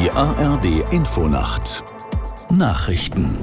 Die ARD Infonacht Nachrichten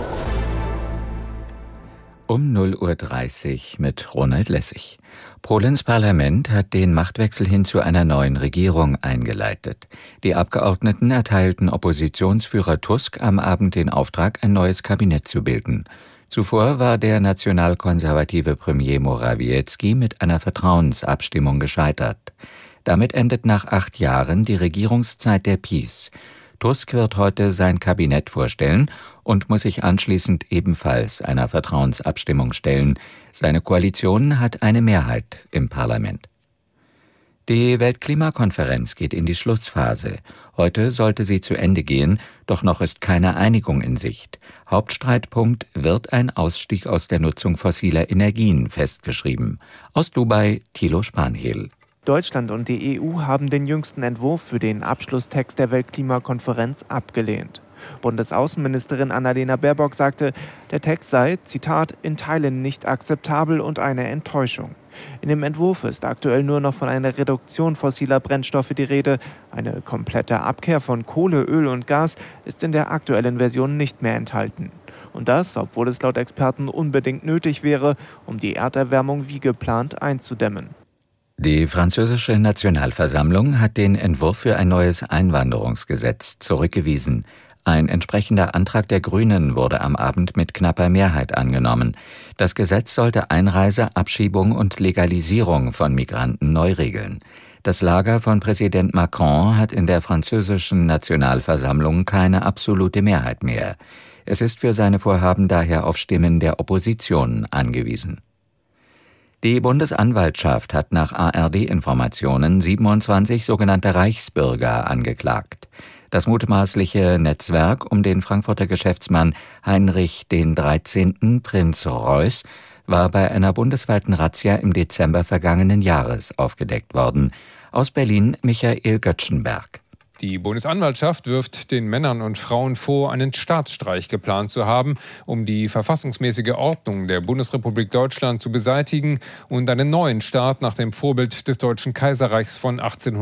um 0:30 Uhr mit Ronald Lessig. Polens Parlament hat den Machtwechsel hin zu einer neuen Regierung eingeleitet. Die Abgeordneten erteilten Oppositionsführer Tusk am Abend den Auftrag, ein neues Kabinett zu bilden. Zuvor war der nationalkonservative Premier Morawiecki mit einer Vertrauensabstimmung gescheitert. Damit endet nach 8 Jahren die Regierungszeit der PiS. Tusk wird heute sein Kabinett vorstellen und muss sich anschließend ebenfalls einer Vertrauensabstimmung stellen. Seine Koalition hat eine Mehrheit im Parlament. Die Weltklimakonferenz geht in die Schlussphase. Heute sollte sie zu Ende gehen, doch noch ist keine Einigung in Sicht. Hauptstreitpunkt wird ein Ausstieg aus der Nutzung fossiler Energien festgeschrieben. Aus Dubai, Thilo Spanhehl. Deutschland und die EU haben den jüngsten Entwurf für den Abschlusstext der Weltklimakonferenz abgelehnt. Bundesaußenministerin Annalena Baerbock sagte, der Text sei, Zitat, in Teilen nicht akzeptabel und eine Enttäuschung. In dem Entwurf ist aktuell nur noch von einer Reduktion fossiler Brennstoffe die Rede. Eine komplette Abkehr von Kohle, Öl und Gas ist in der aktuellen Version nicht mehr enthalten. Und das, obwohl es laut Experten unbedingt nötig wäre, um die Erderwärmung wie geplant einzudämmen. Die französische Nationalversammlung hat den Entwurf für ein neues Einwanderungsgesetz zurückgewiesen. Ein entsprechender Antrag der Grünen wurde am Abend mit knapper Mehrheit angenommen. Das Gesetz sollte Einreise, Abschiebung und Legalisierung von Migranten neu regeln. Das Lager von Präsident Macron hat in der französischen Nationalversammlung keine absolute Mehrheit mehr. Es ist für seine Vorhaben daher auf Stimmen der Opposition angewiesen. Die Bundesanwaltschaft hat nach ARD-Informationen 27 sogenannte Reichsbürger angeklagt. Das mutmaßliche Netzwerk um den Frankfurter Geschäftsmann Heinrich XIII. Prinz Reuß war bei einer bundesweiten Razzia im Dezember vergangenen Jahres aufgedeckt worden. Aus Berlin Michael Göttschenberg. Die Bundesanwaltschaft wirft den Männern und Frauen vor, einen Staatsstreich geplant zu haben, um die verfassungsmäßige Ordnung der Bundesrepublik Deutschland zu beseitigen und einen neuen Staat nach dem Vorbild des Deutschen Kaiserreichs von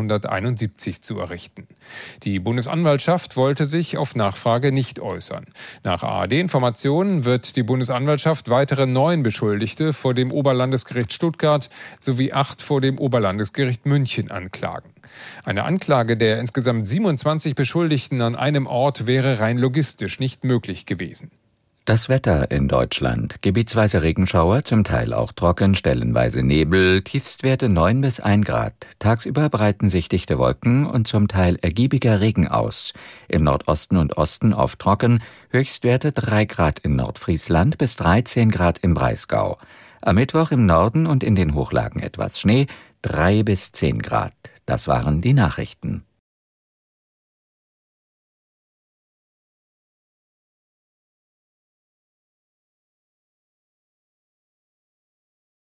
1871 zu errichten. Die Bundesanwaltschaft wollte sich auf Nachfrage nicht äußern. Nach ARD-Informationen wird die Bundesanwaltschaft weitere 9 Beschuldigte vor dem Oberlandesgericht Stuttgart sowie 8 vor dem Oberlandesgericht München anklagen. Eine Anklage der insgesamt 27 Beschuldigten an einem Ort wäre rein logistisch nicht möglich gewesen. Das Wetter in Deutschland. Gebietsweise Regenschauer, zum Teil auch trocken, stellenweise Nebel, Tiefstwerte 9 bis 1 Grad. Tagsüber breiten sich dichte Wolken und zum Teil ergiebiger Regen aus. Im Nordosten und Osten oft trocken, Höchstwerte 3 Grad in Nordfriesland bis 13 Grad im Breisgau. Am Mittwoch im Norden und in den Hochlagen etwas Schnee, 3 bis 10 Grad. Das waren die Nachrichten.